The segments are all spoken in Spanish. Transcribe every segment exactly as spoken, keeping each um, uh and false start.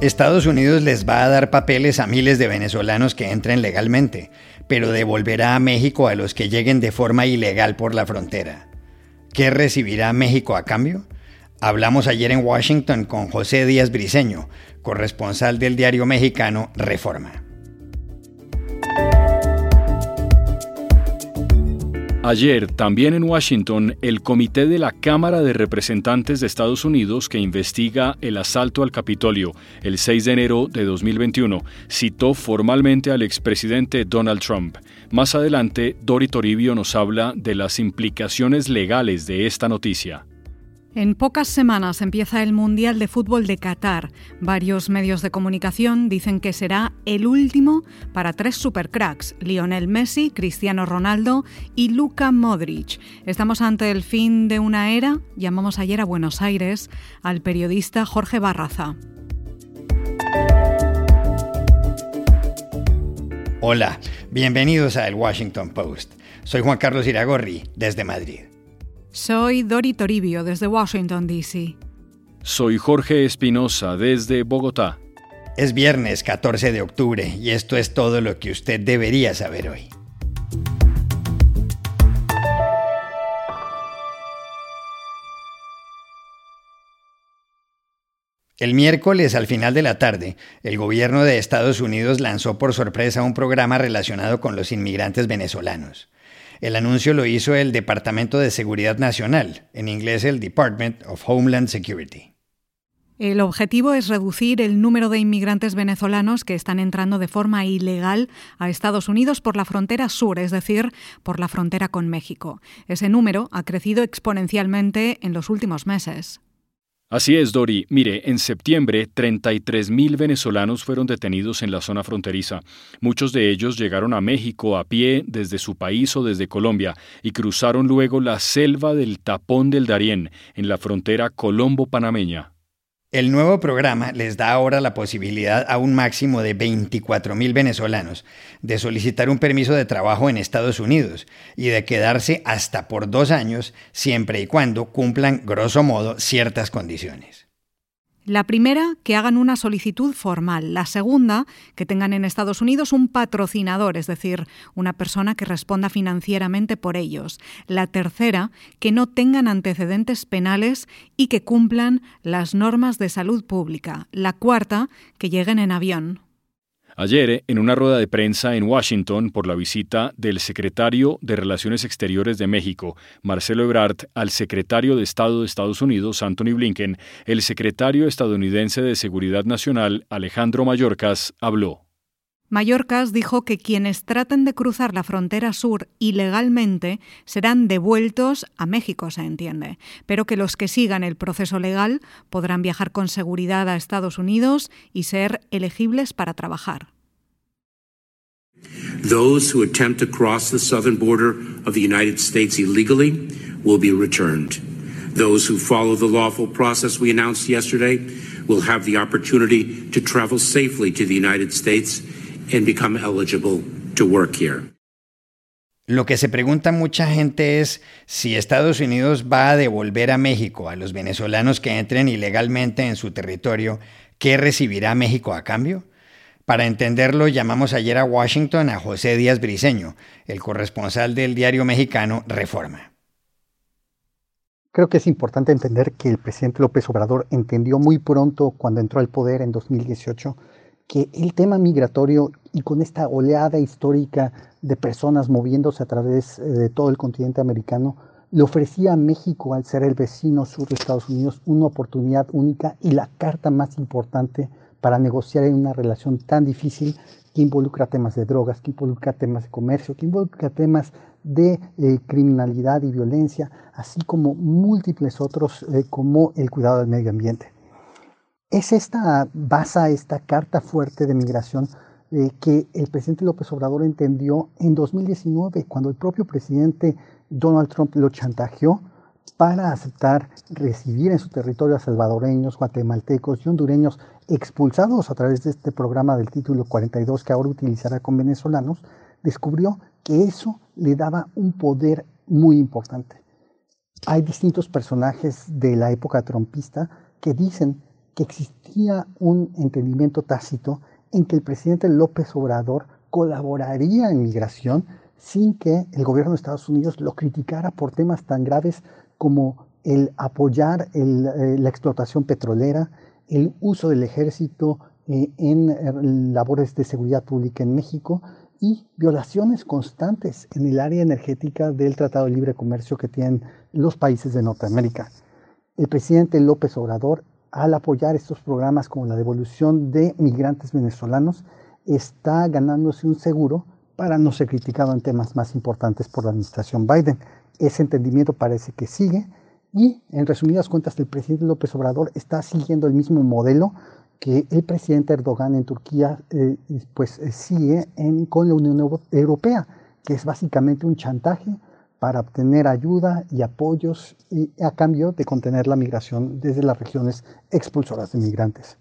Estados Unidos les va a dar papeles a miles de venezolanos que entren legalmente, pero devolverá a México a los que lleguen de forma ilegal por la frontera. ¿Qué recibirá México a cambio? Hablamos ayer en Washington con José Díaz Briceño, corresponsal del diario mexicano Reforma. Ayer, también en Washington, el Comité de la Cámara de Representantes de Estados Unidos que investiga el asalto al Capitolio el seis de enero de dos mil veintiuno citó formalmente al expresidente Donald Trump. Más adelante, Dori Toribio nos habla de las implicaciones legales de esta noticia. En pocas semanas empieza el Mundial de Fútbol de Qatar. Varios medios de comunicación dicen que será el último para tres supercracks, Lionel Messi, Cristiano Ronaldo y Luka Modric. Estamos ante el fin de una era. Llamamos ayer a Buenos Aires al periodista Jorge Barraza. Hola, bienvenidos a El Washington Post. Soy Juan Carlos Iragorri, desde Madrid. Soy Dori Toribio, desde Washington, D C Soy Jorge Espinosa, desde Bogotá. Es viernes catorce de octubre y esto es todo lo que usted debería saber hoy. El miércoles, al final de la tarde, el gobierno de Estados Unidos lanzó por sorpresa un programa relacionado con los inmigrantes venezolanos. El anuncio lo hizo el Departamento de Seguridad Nacional, en inglés el Department of Homeland Security. El objetivo es reducir el número de inmigrantes venezolanos que están entrando de forma ilegal a Estados Unidos por la frontera sur, es decir, por la frontera con México. Ese número ha crecido exponencialmente en los últimos meses. Así es, Dori. Mire, en septiembre, treinta y tres mil venezolanos fueron detenidos en la zona fronteriza. Muchos de ellos llegaron a México a pie desde su país o desde Colombia y cruzaron luego la selva del Tapón del Darién, en la frontera colombo-panameña. El nuevo programa les da ahora la posibilidad a un máximo de veinticuatro mil venezolanos de solicitar un permiso de trabajo en Estados Unidos y de quedarse hasta por dos años siempre y cuando cumplan, grosso modo, ciertas condiciones. La primera, que hagan una solicitud formal. La segunda, que tengan en Estados Unidos un patrocinador, es decir, una persona que responda financieramente por ellos. La tercera, que no tengan antecedentes penales y que cumplan las normas de salud pública. La cuarta, que lleguen en avión. Ayer, en una rueda de prensa en Washington por la visita del secretario de Relaciones Exteriores de México, Marcelo Ebrard, al secretario de Estado de Estados Unidos, Antony Blinken, el secretario estadounidense de Seguridad Nacional, Alejandro Mayorkas, habló. Mayorkas dijo que quienes traten de cruzar la frontera sur ilegalmente serán devueltos a México, se entiende, pero que los que sigan el proceso legal podrán viajar con seguridad a Estados Unidos y ser elegibles para trabajar. Those who attempt to cross the southern border of the United States illegally will be returned. Those who follow the lawful process we announced yesterday will have the opportunity to travel safely to the United States and become eligible to work here. Lo que se pregunta mucha gente es si Estados Unidos va a devolver a México a los venezolanos que entren ilegalmente en su territorio, ¿qué recibirá México a cambio? Para entenderlo, llamamos ayer a Washington a José Díaz Briceño, el corresponsal del diario mexicano Reforma. Creo que es importante entender que el presidente López Obrador entendió muy pronto, cuando entró al poder en dos mil dieciocho, que el tema migratorio y con esta oleada histórica de personas moviéndose a través de todo el continente americano, le ofrecía a México, al ser el vecino sur de Estados Unidos, una oportunidad única y la carta más importante para negociar en una relación tan difícil que involucra temas de drogas, que involucra temas de comercio, que involucra temas de eh, criminalidad y violencia, así como múltiples otros eh, como el cuidado del medio ambiente. Es esta basa, esta carta fuerte de migración eh, que el presidente López Obrador entendió en dos mil diecinueve, cuando el propio presidente Donald Trump lo chantajeó para aceptar recibir en su territorio a salvadoreños, guatemaltecos y hondureños expulsados a través de este programa del Título cuarenta y dos que ahora utilizará con venezolanos. Descubrió que eso le daba un poder muy importante. Hay distintos personajes de la época trumpista que dicen que existía un entendimiento tácito en que el presidente López Obrador colaboraría en migración sin que el gobierno de Estados Unidos lo criticara por temas tan graves como el apoyar el, eh, la explotación petrolera, el uso del ejército eh, en eh, labores de seguridad pública en México y violaciones constantes en el área energética del Tratado de Libre Comercio que tienen los países de Norteamérica. El presidente López Obrador, al apoyar estos programas como la devolución de migrantes venezolanos, está ganándose un seguro para no ser criticado en temas más importantes por la administración Biden. Ese entendimiento parece que sigue y, en resumidas cuentas, el presidente López Obrador está siguiendo el mismo modelo que el presidente Erdogan en Turquía eh, pues, eh, sigue en, con la Unión Europea, que es básicamente un chantaje para obtener ayuda y apoyos y a cambio de contener la migración desde las regiones expulsoras de migrantes.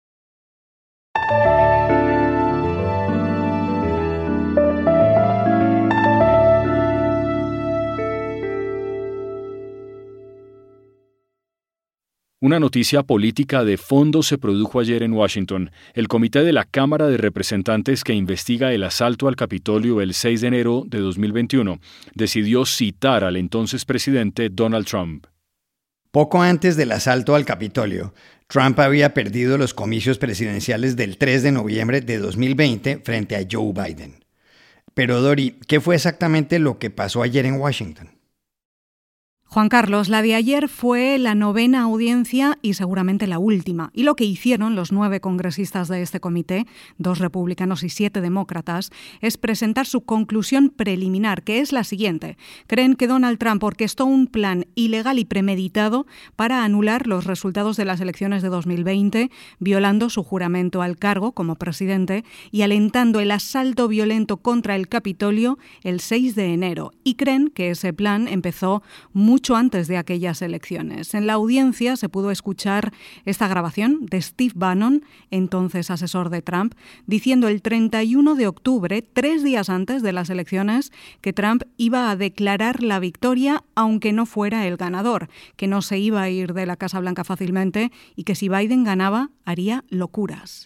Una noticia política de fondo se produjo ayer en Washington. El comité de la Cámara de Representantes que investiga el asalto al Capitolio el seis de enero de dos mil veintiuno decidió citar al entonces presidente Donald Trump. Poco antes del asalto al Capitolio, Trump había perdido los comicios presidenciales del tres de noviembre de dos mil veinte frente a Joe Biden. Pero Dori, ¿qué fue exactamente lo que pasó ayer en Washington? Juan Carlos, la de ayer fue la novena audiencia y seguramente la última. Y lo que hicieron los nueve congresistas de este comité, dos republicanos y siete demócratas, es presentar su conclusión preliminar, que es la siguiente. Creen que Donald Trump orquestó un plan ilegal y premeditado para anular los resultados de las elecciones de dos mil veinte, violando su juramento al cargo como presidente y alentando el asalto violento contra el Capitolio el seis de enero. Y creen que ese plan empezó mucho Mucho antes de aquellas elecciones. En la audiencia se pudo escuchar esta grabación de Steve Bannon, entonces asesor de Trump, diciendo el treinta y uno de octubre, tres días antes de las elecciones, que Trump iba a declarar la victoria aunque no fuera el ganador, que no se iba a ir de la Casa Blanca fácilmente y que si Biden ganaba haría locuras.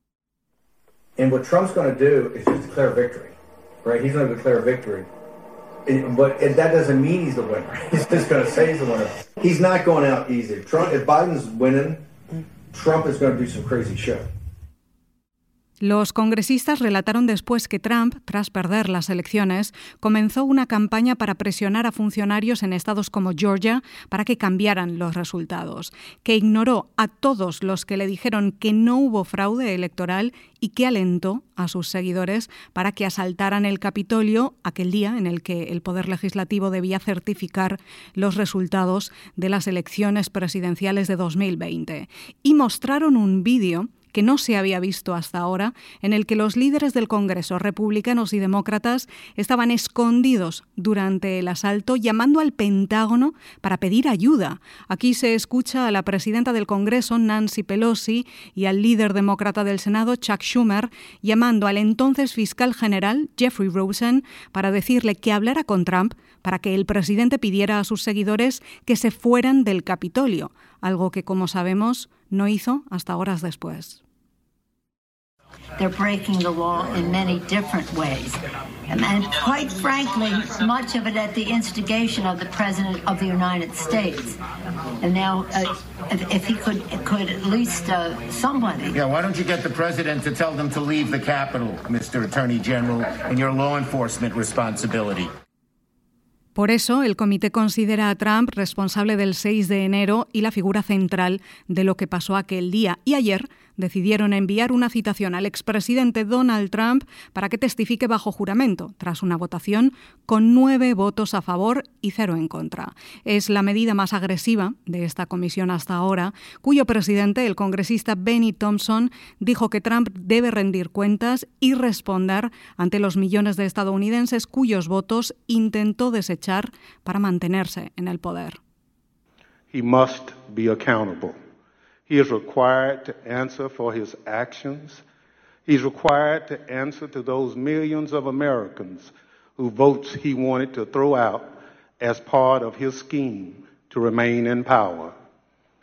And what Trump's going to do is just declare victory, right? He's going to declare victory. But that doesn't mean he's the winner. He's just going to say he's the winner. He's not going out easy. Trump, if Biden's winning, Trump is going to do some crazy shit. Los congresistas relataron después que Trump, tras perder las elecciones, comenzó una campaña para presionar a funcionarios en estados como Georgia para que cambiaran los resultados, que ignoró a todos los que le dijeron que no hubo fraude electoral y que alentó a sus seguidores para que asaltaran el Capitolio aquel día en el que el Poder Legislativo debía certificar los resultados de las elecciones presidenciales de dos mil veinte. Y mostraron un vídeo que no se había visto hasta ahora, en el que los líderes del Congreso, republicanos y demócratas, estaban escondidos durante el asalto, llamando al Pentágono para pedir ayuda. Aquí se escucha a la presidenta del Congreso, Nancy Pelosi, y al líder demócrata del Senado, Chuck Schumer, llamando al entonces fiscal general, Jeffrey Rosen, para decirle que hablara con Trump para que el presidente pidiera a sus seguidores que se fueran del Capitolio, algo que, como sabemos, no hizo hasta horas después. They're breaking the law in many different ways. And, and quite frankly, much of it at the instigation of the President of the United States. And now, uh, if, if he could, could at least uh, somebody... Yeah, why don't you get the President to tell them to leave the Capitol, Mister Attorney General, in your law enforcement responsibility? Por eso, el comité considera a Trump responsable del seis de enero y la figura central de lo que pasó aquel día. Y ayer decidieron enviar una citación al expresidente Donald Trump para que testifique bajo juramento, tras una votación con nueve votos a favor y cero en contra. Es la medida más agresiva de esta comisión hasta ahora, cuyo presidente, el congresista Benny Thompson, dijo que Trump debe rendir cuentas y responder ante los millones de estadounidenses cuyos votos intentó desechar para mantenerse en el poder. He must be accountable. He is required to answer for his actions. He's required to answer to those millions of Americans whose votes he wanted to throw out as part of his scheme to remain in power.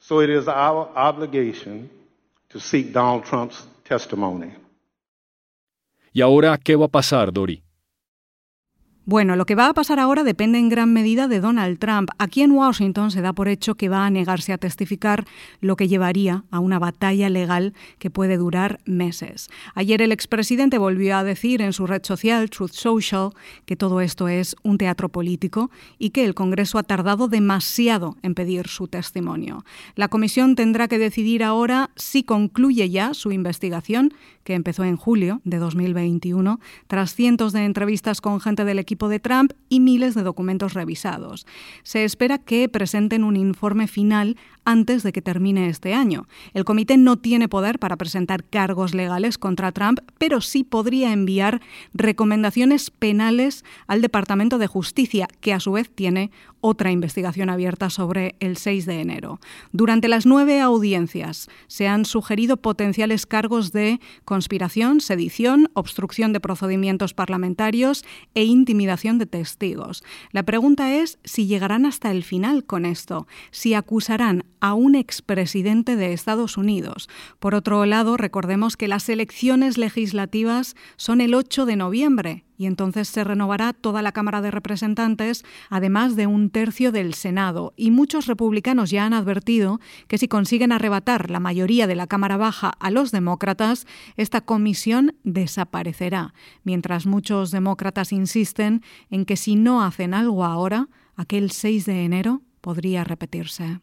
So it is our obligation to seek Donald Trump's testimony. ¿Y ahora qué va a pasar, Dori? Bueno, lo que va a pasar ahora depende en gran medida de Donald Trump. Aquí en Washington se da por hecho que va a negarse a testificar, lo que llevaría a una batalla legal que puede durar meses. Ayer el expresidente volvió a decir en su red social, Truth Social, que todo esto es un teatro político y que el Congreso ha tardado demasiado en pedir su testimonio. La comisión tendrá que decidir ahora si concluye ya su investigación, que empezó en julio de dos mil veintiuno, tras cientos de entrevistas con gente del equipo de Trump y miles de documentos revisados. Se espera que presenten un informe final antes de que termine este año. El comité no tiene poder para presentar cargos legales contra Trump, pero sí podría enviar recomendaciones penales al Departamento de Justicia, que a su vez tiene otra investigación abierta sobre el seis de enero. Durante las nueve audiencias se han sugerido potenciales cargos de conspiración, sedición, obstrucción de procedimientos parlamentarios e intimidación de testigos. La pregunta es si llegarán hasta el final con esto, si acusarán a un expresidente de Estados Unidos. Por otro lado, recordemos que las elecciones legislativas son el ocho de noviembre y entonces se renovará toda la Cámara de Representantes, además de un tercio del Senado. Y muchos republicanos ya han advertido que si consiguen arrebatar la mayoría de la Cámara Baja a los demócratas, esta comisión desaparecerá, mientras muchos demócratas insisten en que si no hacen algo ahora, aquel seis de enero podría repetirse.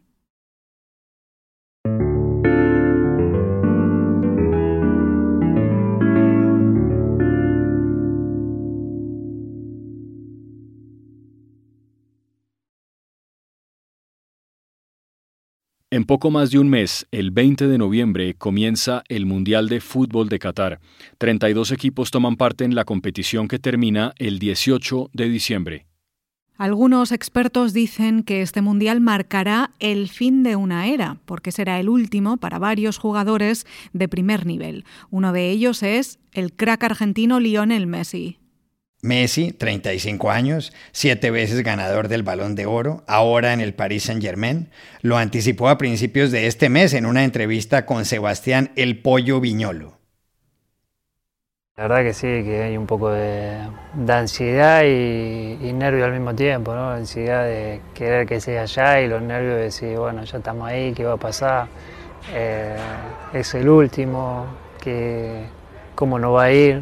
En poco más de un mes, el veinte de noviembre, comienza el Mundial de Fútbol de Qatar. treinta y dos equipos toman parte en la competición que termina el dieciocho de diciembre. Algunos expertos dicen que este Mundial marcará el fin de una era, porque será el último para varios jugadores de primer nivel. Uno de ellos es el crack argentino Lionel Messi. Messi, treinta y cinco años, siete veces ganador del Balón de Oro, ahora en el Paris Saint-Germain, lo anticipó a principios de este mes en una entrevista con Sebastián El Pollo Viñolo. La verdad que sí, que hay un poco de, de ansiedad y, y nervio al mismo tiempo, ¿no? Ansiedad de querer que sea allá y los nervios de decir, bueno, ya estamos ahí, ¿qué va a pasar? Eh, es el último, que, ¿cómo no va a ir?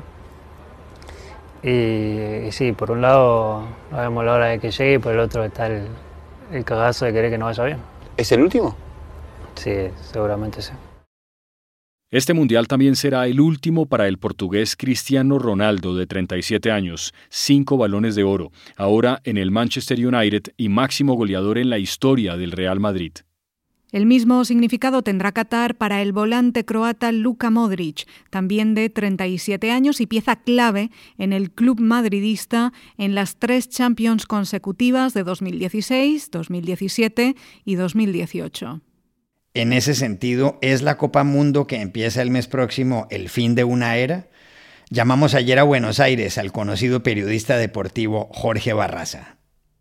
Y, y sí, por un lado no vemos la hora de que llegue y por el otro está el, el cagazo de querer que no vaya bien. ¿Es el último? Sí, seguramente sí. Este mundial también será el último para el portugués Cristiano Ronaldo, de treinta y siete años, cinco balones de oro, ahora en el Manchester United y máximo goleador en la historia del Real Madrid. El mismo significado tendrá Qatar para el volante croata Luka Modric, también de treinta y siete años y pieza clave en el club madridista en las tres Champions consecutivas de dos mil dieciséis, dos mil diecisiete y dos mil dieciocho. En ese sentido, ¿es la Copa Mundo que empieza el mes próximo el fin de una era? Llamamos ayer a Buenos Aires al conocido periodista deportivo Jorge Barraza.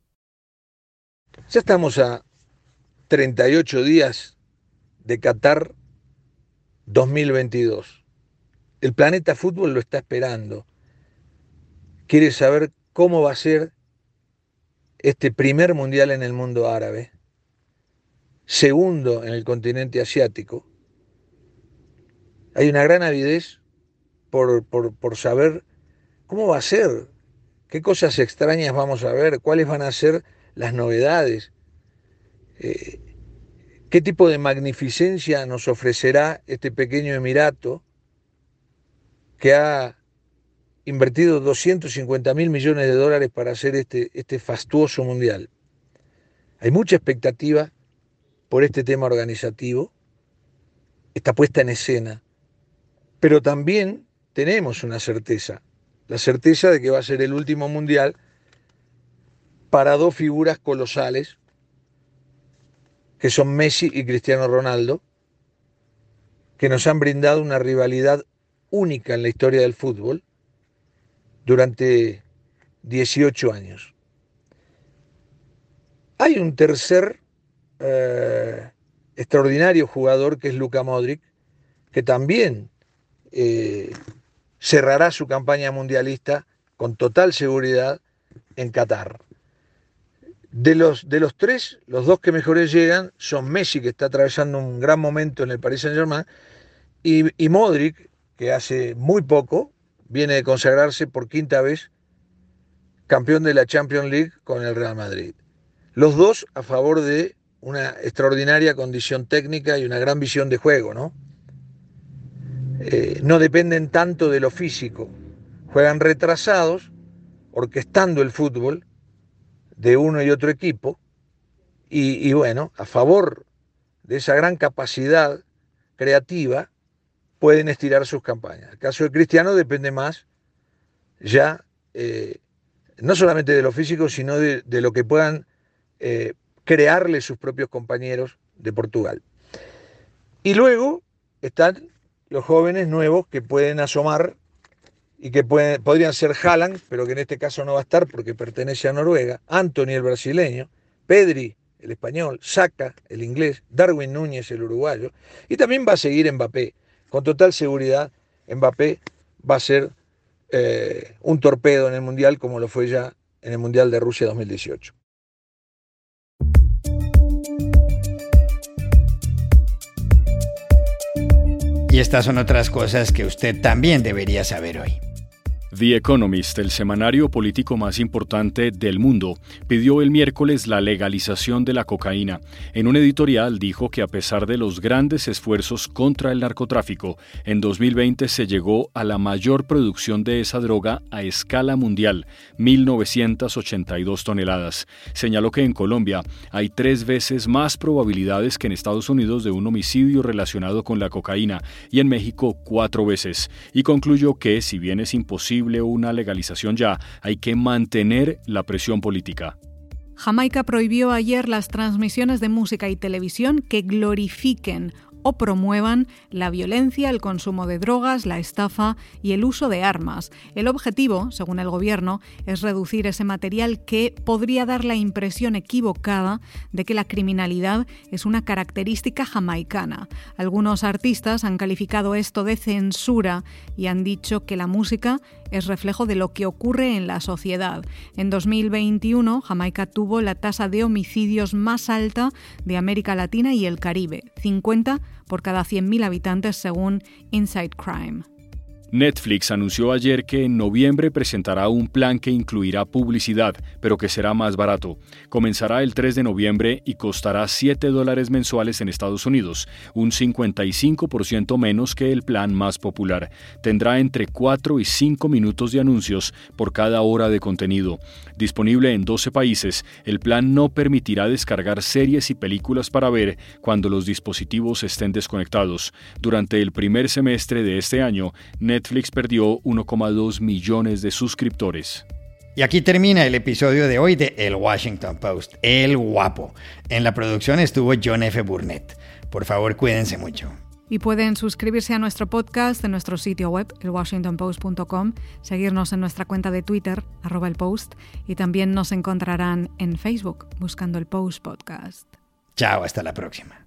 Ya estamos a treinta y ocho días de Qatar dos mil veintidós. El planeta fútbol lo está esperando. Quiere saber cómo va a ser este primer mundial en el mundo árabe, segundo en el continente asiático. Hay una gran avidez por, por, por saber cómo va a ser, qué cosas extrañas vamos a ver, cuáles van a ser las novedades, eh, qué tipo de magnificencia nos ofrecerá este pequeño emirato que ha invertido doscientos cincuenta mil millones de dólares para hacer este, este fastuoso mundial. Hay mucha expectativa por este tema organizativo, esta puesta en escena, pero también tenemos una certeza, la certeza de que va a ser el último mundial para dos figuras colosales, que son Messi y Cristiano Ronaldo, que nos han brindado una rivalidad única en la historia del fútbol durante dieciocho años. Hay un tercer Eh, extraordinario jugador que es Luka Modric, que también eh, cerrará su campaña mundialista con total seguridad en Qatar. De los, de los tres, los dos que mejores llegan son Messi, que está atravesando un gran momento en el Paris Saint-Germain, y, y Modric, que hace muy poco viene de consagrarse por quinta vez campeón de la Champions League con el Real Madrid. Los dos a favor de una extraordinaria condición técnica y una gran visión de juego, ¿no? Eh, no dependen tanto de lo físico, juegan retrasados, orquestando el fútbol de uno y otro equipo, y, y bueno, a favor de esa gran capacidad creativa, pueden estirar sus campañas. El caso de Cristiano depende más ya, eh, no solamente de lo físico, sino de, de lo que puedan eh, crearle sus propios compañeros de Portugal. Y luego están los jóvenes nuevos que pueden asomar y que pueden, podrían ser Haaland, pero que en este caso no va a estar porque pertenece a Noruega, Antony el brasileño, Pedri el español, Saka el inglés, Darwin Núñez el uruguayo, y también va a seguir Mbappé. Con total seguridad, Mbappé va a ser eh, un torpedo en el Mundial como lo fue ya en el Mundial de Rusia dos mil dieciocho. Y estas son otras cosas que usted también debería saber hoy. The Economist, el semanario político más importante del mundo, pidió el miércoles la legalización de la cocaína. En un editorial dijo que a pesar de los grandes esfuerzos contra el narcotráfico, en dos mil veinte se llegó a la mayor producción de esa droga a escala mundial, mil novecientas ochenta y dos toneladas. Señaló que en Colombia hay tres veces más probabilidades que en Estados Unidos de un homicidio relacionado con la cocaína y en México cuatro veces. Y concluyó que, si bien es imposible una legalización ya, hay que mantener la presión política. Jamaica prohibió ayer las transmisiones de música y televisión que glorifiquen o promuevan la violencia, el consumo de drogas, la estafa y el uso de armas. El objetivo, según el gobierno, es reducir ese material que podría dar la impresión equivocada de que la criminalidad es una característica jamaicana. Algunos artistas han calificado esto de censura y han dicho que la música es reflejo de lo que ocurre en la sociedad. En dos mil veintiuno, Jamaica tuvo la tasa de homicidios más alta de América Latina y el Caribe, cincuenta por cada cien mil habitantes según Inside Crime. Netflix anunció ayer que en noviembre presentará un plan que incluirá publicidad, pero que será más barato. Comenzará el tres de noviembre y costará siete dólares mensuales en Estados Unidos, un cincuenta y cinco por ciento menos que el plan más popular. Tendrá entre cuatro y cinco minutos de anuncios por cada hora de contenido. Disponible en doce países, el plan no permitirá descargar series y películas para ver cuando los dispositivos estén desconectados. Durante el primer semestre de este año, Netflix Netflix perdió uno coma dos millones de suscriptores. Y aquí termina el episodio de hoy de El Washington Post, El Guapo. En la producción estuvo John F. Burnett. Por favor, cuídense mucho. Y pueden suscribirse a nuestro podcast en nuestro sitio web, el washington post punto com, seguirnos en nuestra cuenta de Twitter, arroba el Post, y también nos encontrarán en Facebook, buscando el Post Podcast. Chao, hasta la próxima.